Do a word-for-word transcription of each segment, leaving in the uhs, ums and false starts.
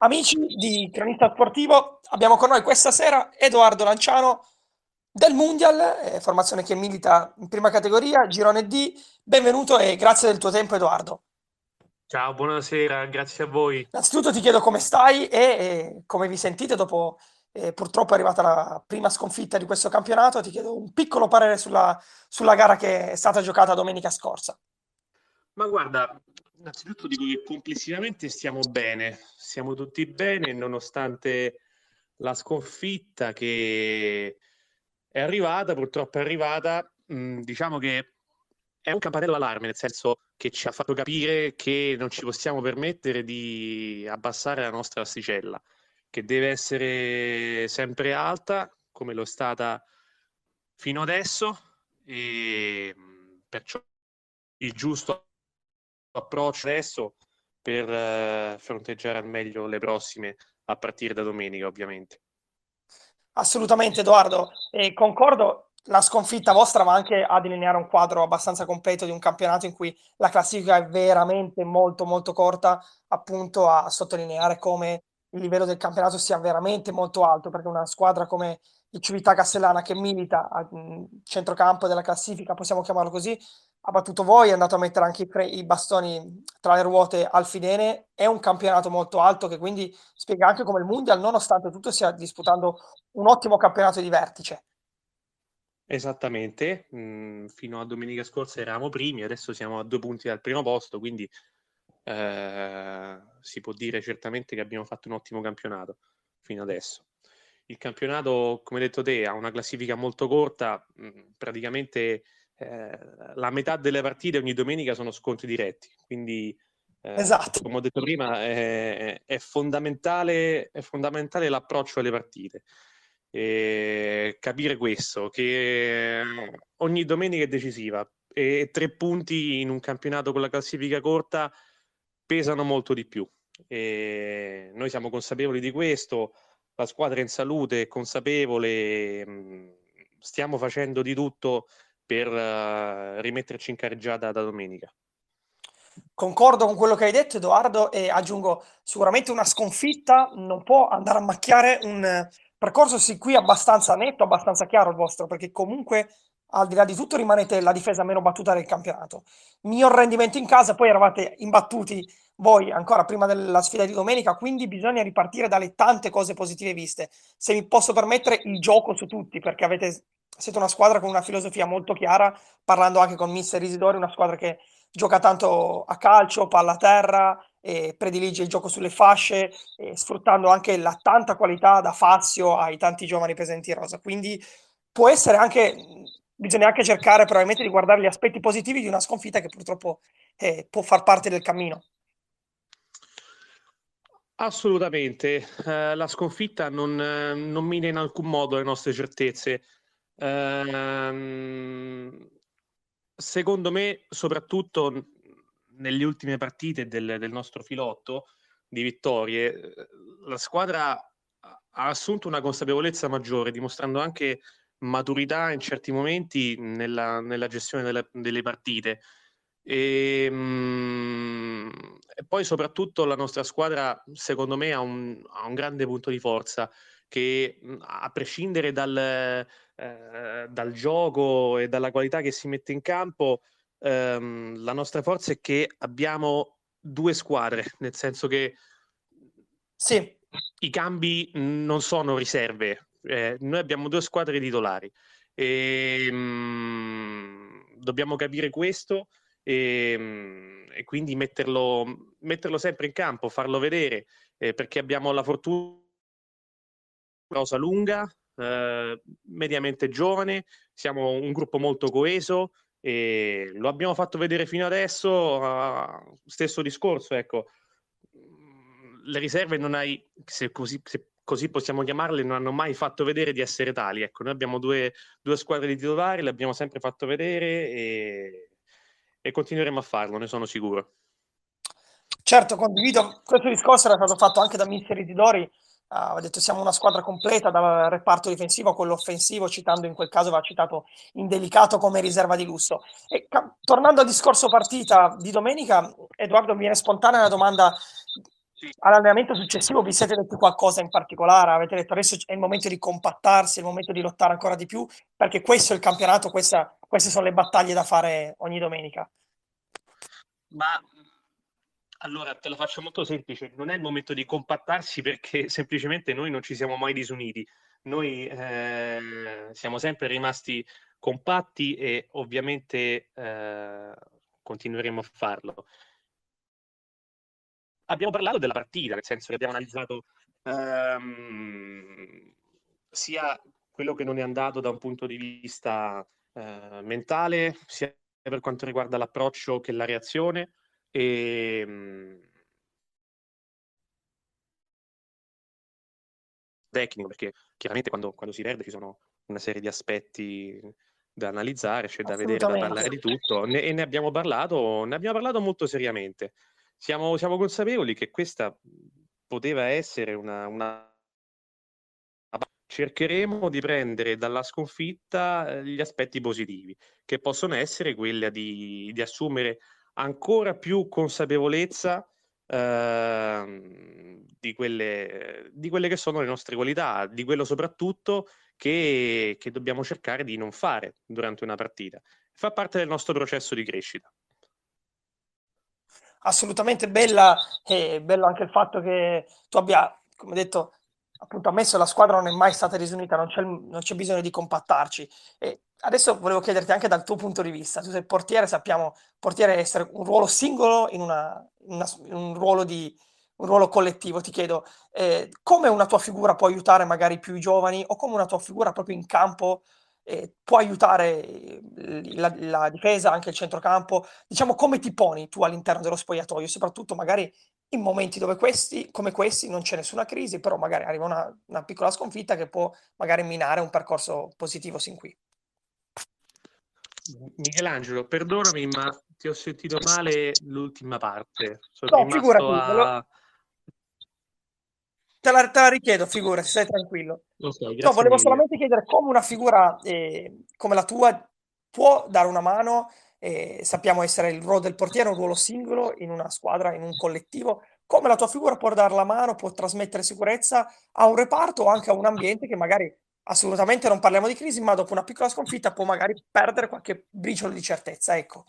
Amici di Cronista Sportivo, abbiamo con noi questa sera Edoardo Lanciano del Mundial, eh, formazione che milita in prima categoria, Girone D. Benvenuto e grazie del tuo tempo, Edoardo. Ciao, buonasera, grazie a voi. Innanzitutto ti chiedo come stai e, e come vi sentite dopo, eh, purtroppo è arrivata la prima sconfitta di questo campionato. Ti chiedo un piccolo parere sulla, sulla gara che è stata giocata domenica scorsa. Ma guarda, innanzitutto dico che complessivamente stiamo bene, siamo tutti bene nonostante la sconfitta che è arrivata, purtroppo è arrivata. Mh, diciamo che è un campanello d'allarme, nel senso che ci ha fatto capire che non ci possiamo permettere di abbassare la nostra asticella, che deve essere sempre alta, come lo è stata fino adesso, e mh, perciò il giusto approccio adesso per eh, fronteggiare al meglio le prossime a partire da domenica, ovviamente. Assolutamente, Edoardo, e concordo. La sconfitta vostra va anche a delineare un quadro abbastanza completo di un campionato in cui la classifica è veramente molto molto corta, appunto a sottolineare come il livello del campionato sia veramente molto alto, perché una squadra come il Civittà Castellana che milita a mh, centrocampo della classifica, possiamo chiamarlo così, ha battuto voi, è andato a mettere anche i, fre- i bastoni tra le ruote al Fidene. È un campionato molto alto che quindi spiega anche come il Mundial, nonostante tutto, stia disputando un ottimo campionato di vertice. Esattamente, mh, fino a domenica scorsa eravamo primi, adesso siamo a due punti dal primo posto, quindi eh, si può dire certamente che abbiamo fatto un ottimo campionato fino adesso. Il campionato, come hai detto te, ha una classifica molto corta, mh, praticamente eh, la metà delle partite ogni domenica sono scontri diretti, quindi eh, Esatto. come ho detto prima è, è fondamentale, è fondamentale l'approccio alle partite. E capire questo, che ogni domenica è decisiva e tre punti in un campionato con la classifica corta pesano molto di più. E noi siamo consapevoli di questo, la squadra è in salute, è consapevole, mh, stiamo facendo di tutto per uh, rimetterci in carreggiata da domenica. Concordo con quello che hai detto, Edoardo, e aggiungo sicuramente una sconfitta non può andare a macchiare un eh, percorso sì qui abbastanza netto, abbastanza chiaro il vostro, perché comunque al di là di tutto rimanete la difesa meno battuta del campionato. Miglior rendimento in casa, poi eravate imbattuti voi ancora prima della sfida di domenica, quindi bisogna ripartire dalle tante cose positive viste. Se mi posso permettere, il gioco su tutti, perché avete, siete una squadra con una filosofia molto chiara, parlando anche con mister Isidori, una squadra che gioca tanto a calcio, palla a terra, e predilige il gioco sulle fasce, e sfruttando anche la tanta qualità da Fazio ai tanti giovani presenti in rosa. Quindi può essere anche, bisogna anche cercare probabilmente di guardare gli aspetti positivi di una sconfitta che purtroppo eh, può far parte del cammino. Assolutamente, eh, la sconfitta non, eh, non mina in alcun modo le nostre certezze. Ehm, Secondo me, soprattutto nelle ultime partite del, del nostro filotto di vittorie, eh, la squadra ha assunto una consapevolezza maggiore, dimostrando anche maturità in certi momenti nella, nella gestione delle, delle partite. E, mm, e poi soprattutto la nostra squadra, secondo me, ha un, ha un grande punto di forza che, mm, a prescindere dal, eh, dal gioco e dalla qualità che si mette in campo, ehm, la nostra forza è che abbiamo due squadre, nel senso che Sì, i cambi non sono riserve, eh, noi abbiamo due squadre titolari e mh, dobbiamo capire questo e, mh, e quindi metterlo, metterlo sempre in campo, farlo vedere, eh, perché abbiamo la fortuna rosa lunga, eh, mediamente giovane, siamo un gruppo molto coeso e lo abbiamo fatto vedere fino adesso, uh, stesso discorso, ecco, le riserve non hai, se così, se così possiamo chiamarle, non hanno mai fatto vedere di essere tali, ecco, noi abbiamo due, due squadre di titolari, le abbiamo sempre fatto vedere e, e continueremo a farlo, ne sono sicuro. certo, condivido. Questo discorso era stato fatto anche da mister Isidori. Ha detto siamo una squadra completa dal reparto difensivo a quello offensivo, citando in quel caso, va citato Indelicato come riserva di lusso. E ca- tornando al discorso partita di domenica, Edoardo, mi viene spontanea la domanda all'allenamento successivo vi siete detti qualcosa in particolare? Avete detto adesso è il momento di compattarsi, è il momento di lottare ancora di più, perché questo è il campionato, questa, queste sono le battaglie da fare ogni domenica. Ma allora te la faccio molto semplice, non è il momento di compattarsi perché semplicemente noi non ci siamo mai disuniti, noi eh, siamo sempre rimasti compatti e ovviamente eh, continueremo a farlo. Abbiamo parlato della partita, nel senso che abbiamo analizzato ehm, sia quello che non è andato da un punto di vista eh, mentale, sia per quanto riguarda l'approccio che la reazione. E, mh, tecnico, perché chiaramente quando, quando si perde ci sono una serie di aspetti da analizzare, c'è da vedere, da Assolutamente. parlare di tutto, ne, e ne abbiamo parlato, ne abbiamo parlato molto seriamente. Siamo, siamo consapevoli che questa poteva essere una, una... Cercheremo di prendere dalla sconfitta eh, gli aspetti positivi, che possono essere quelli di, di assumere ancora più consapevolezza ehm, di quelle, di quelle che sono le nostre qualità, di quello soprattutto che, che dobbiamo cercare di non fare durante una partita. Fa parte del nostro processo di crescita. Assolutamente bella e bello anche il fatto che tu abbia, come detto, appunto ammesso la squadra non è mai stata risunita, non c'è, il- non c'è bisogno di compattarci. E adesso volevo chiederti anche dal tuo punto di vista, tu sei portiere, sappiamo, portiere essere un ruolo singolo in, una, in una- in un ruolo di, un ruolo collettivo, ti chiedo, eh, come una tua figura può aiutare magari i più giovani o come una tua figura proprio in campo eh, può aiutare eh, la, la difesa, anche il centrocampo. Diciamo, come ti poni tu all'interno dello spogliatoio, soprattutto magari in momenti dove questi, come questi, non c'è nessuna crisi, però magari arriva una, una piccola sconfitta che può magari minare un percorso positivo sin qui. Michelangelo, perdonami, ma ti ho sentito male l'ultima parte. Sono No, rimasto figurati, ve lo- a... te la, te la richiedo, figurati, stai tranquillo. Ok, No, grazie volevo mille. solamente chiedere come una figura eh, come la tua può dare una mano, eh, sappiamo essere il ruolo del portiere, un ruolo singolo in una squadra, in un collettivo, come la tua figura può dare la mano, può trasmettere sicurezza a un reparto o anche a un ambiente che magari assolutamente non parliamo di crisi, ma dopo una piccola sconfitta può magari perdere qualche briciolo di certezza, ecco.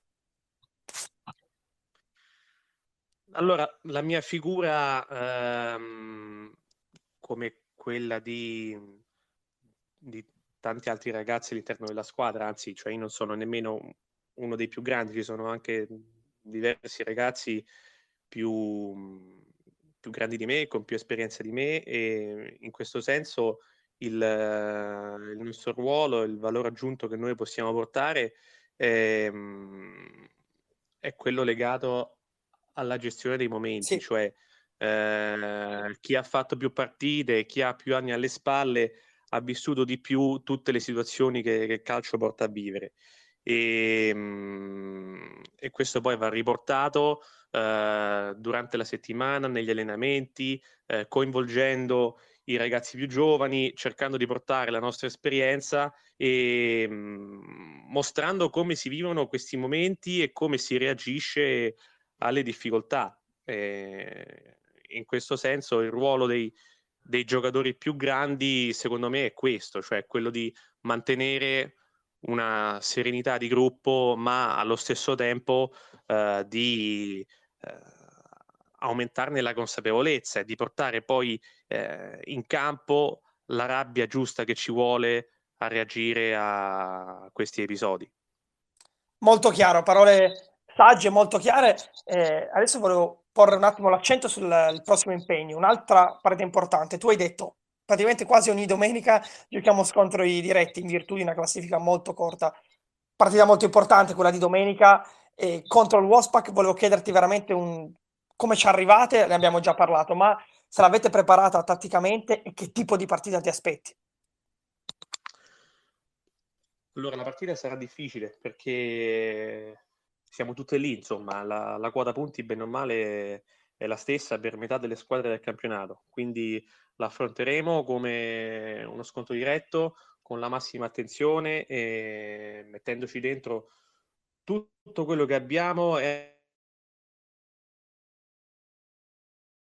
Allora, la mia figura, ehm, come quella di, di tanti altri ragazzi all'interno della squadra, anzi, cioè io non sono nemmeno uno dei più grandi, ci sono anche diversi ragazzi più, più grandi di me, con più esperienza di me, e in questo senso il, eh, il nostro ruolo, il valore aggiunto che noi possiamo portare è, è quello legato alla gestione dei momenti, Sì, cioè eh, chi ha fatto più partite, chi ha più anni alle spalle, ha vissuto di più tutte le situazioni che, che il calcio porta a vivere. E, mm, e questo poi va riportato eh, durante la settimana, negli allenamenti, eh, coinvolgendo i ragazzi più giovani, cercando di portare la nostra esperienza e mh, mostrando come si vivono questi momenti e come si reagisce alle difficoltà. Eh, in questo senso il ruolo dei, dei giocatori più grandi, secondo me, è questo, cioè quello di mantenere una serenità di gruppo, ma allo stesso tempo eh, di eh, aumentarne la consapevolezza e di portare poi eh, in campo la rabbia giusta che ci vuole a reagire a questi episodi. molto chiaro, parole sagge, molto chiare. Eh, adesso volevo porre un attimo l'accento sul il prossimo impegno. Un'altra parte importante. Tu hai detto praticamente quasi ogni domenica giochiamo scontri diretti in virtù di una classifica molto corta. Partita molto importante quella di domenica eh, contro il Wolfsburg. Volevo chiederti veramente un... come ci arrivate, ne abbiamo già parlato, ma se l'avete preparata tatticamente e che tipo di partita ti aspetti? Allora, la partita sarà difficile perché siamo tutte lì, insomma, la, la quota punti, bene o male, è la stessa per metà delle squadre del campionato, quindi l'affronteremo come uno scontro diretto, con la massima attenzione e mettendoci dentro tutto quello che abbiamo. È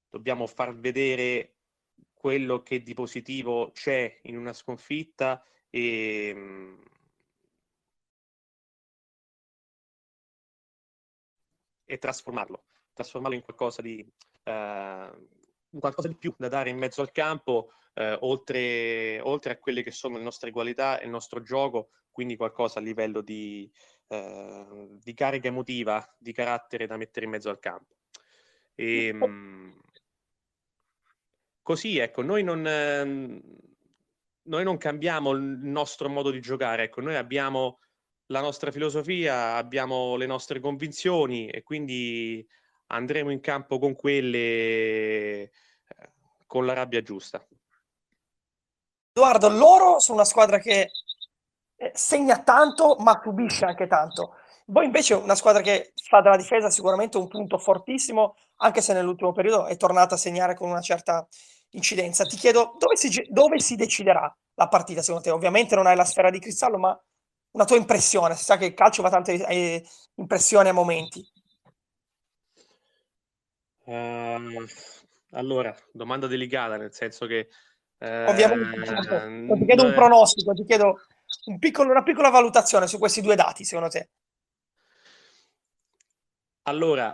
dobbiamo far vedere quello che di positivo c'è in una sconfitta e, e trasformarlo, trasformarlo in qualcosa di, eh, qualcosa di più da dare in mezzo al campo, eh, oltre, oltre a quelle che sono le nostre qualità e il nostro gioco, quindi qualcosa a livello di, eh, di carica emotiva, di carattere da mettere in mezzo al campo. E, così, ecco, noi non, ehm, noi non cambiamo il nostro modo di giocare, ecco, noi abbiamo la nostra filosofia, abbiamo le nostre convinzioni e quindi andremo in campo con quelle, eh, con la rabbia giusta. Edoardo, loro sono una squadra che eh, segna tanto, ma subisce anche tanto. Voi invece una squadra che fa della difesa sicuramente un punto fortissimo, anche se nell'ultimo periodo è tornata a segnare con una certa incidenza. Ti chiedo dove si, ge- dove si deciderà la partita secondo te? Ovviamente non hai la sfera di cristallo, ma una tua impressione. Si sa che il calcio va tante eh, impressioni a momenti. Uh, allora, domanda delicata, nel senso che Ovviamente, eh, certo. Non ti chiedo un noi, pronostico, ti chiedo un piccolo- una piccola valutazione su questi due dati, secondo te. allora,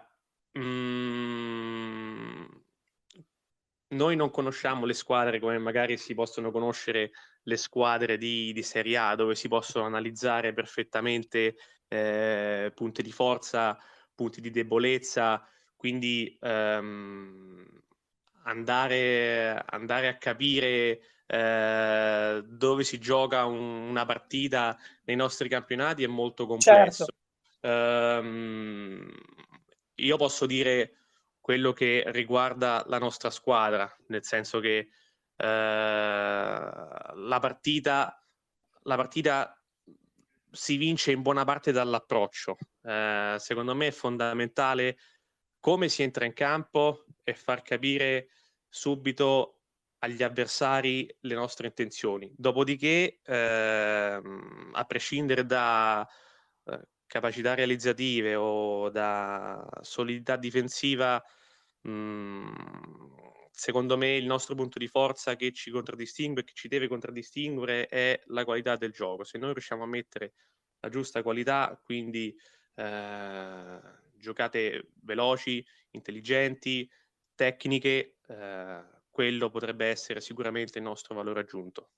mm, noi non conosciamo le squadre come magari si possono conoscere le squadre di, di Serie A, dove si possono analizzare perfettamente eh, punti di forza, punti di debolezza, quindi ehm, andare, andare a capire eh, dove si gioca un, una partita nei nostri campionati è molto complesso. Certo. Um, io posso dire quello che riguarda la nostra squadra, nel senso che eh, la partita, la partita si vince in buona parte dall'approccio. Eh, secondo me è fondamentale come si entra in campo e far capire subito agli avversari le nostre intenzioni. Dopodiché, ehm, a prescindere da eh, capacità realizzative o da solidità difensiva, mh, secondo me il nostro punto di forza che ci contraddistingue, che ci deve contraddistinguere è la qualità del gioco. Se noi riusciamo a mettere la giusta qualità, quindi eh, giocate veloci, intelligenti, tecniche, eh, quello potrebbe essere sicuramente il nostro valore aggiunto.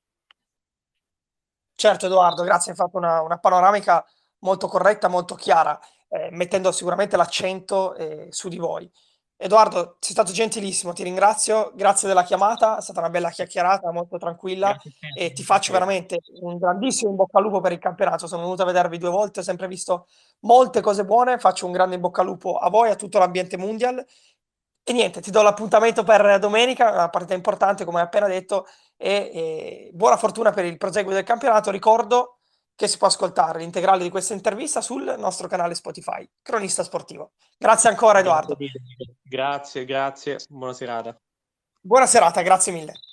Certo Edoardo, grazie, hai fatto una, una panoramica molto corretta, molto chiara, eh, mettendo sicuramente l'accento eh, su di voi. Edoardo, sei stato gentilissimo, ti ringrazio, grazie della chiamata, è stata una bella chiacchierata, molto tranquilla Grazie a te, e ti grazie a faccio te. veramente un grandissimo in bocca al lupo per il campionato. Sono venuto a vedervi due volte, ho sempre visto molte cose buone, faccio un grande in bocca al lupo a voi, a tutto l'ambiente mondial. E niente, ti do l'appuntamento per domenica, una partita importante come hai appena detto, e, e buona fortuna per il proseguo del campionato. Ricordo che si può ascoltare l'integrale di questa intervista sul nostro canale Spotify, Cronista Sportivo. Grazie ancora Grazie Edoardo. mille. Grazie, grazie. Buona serata. Buona serata, grazie mille.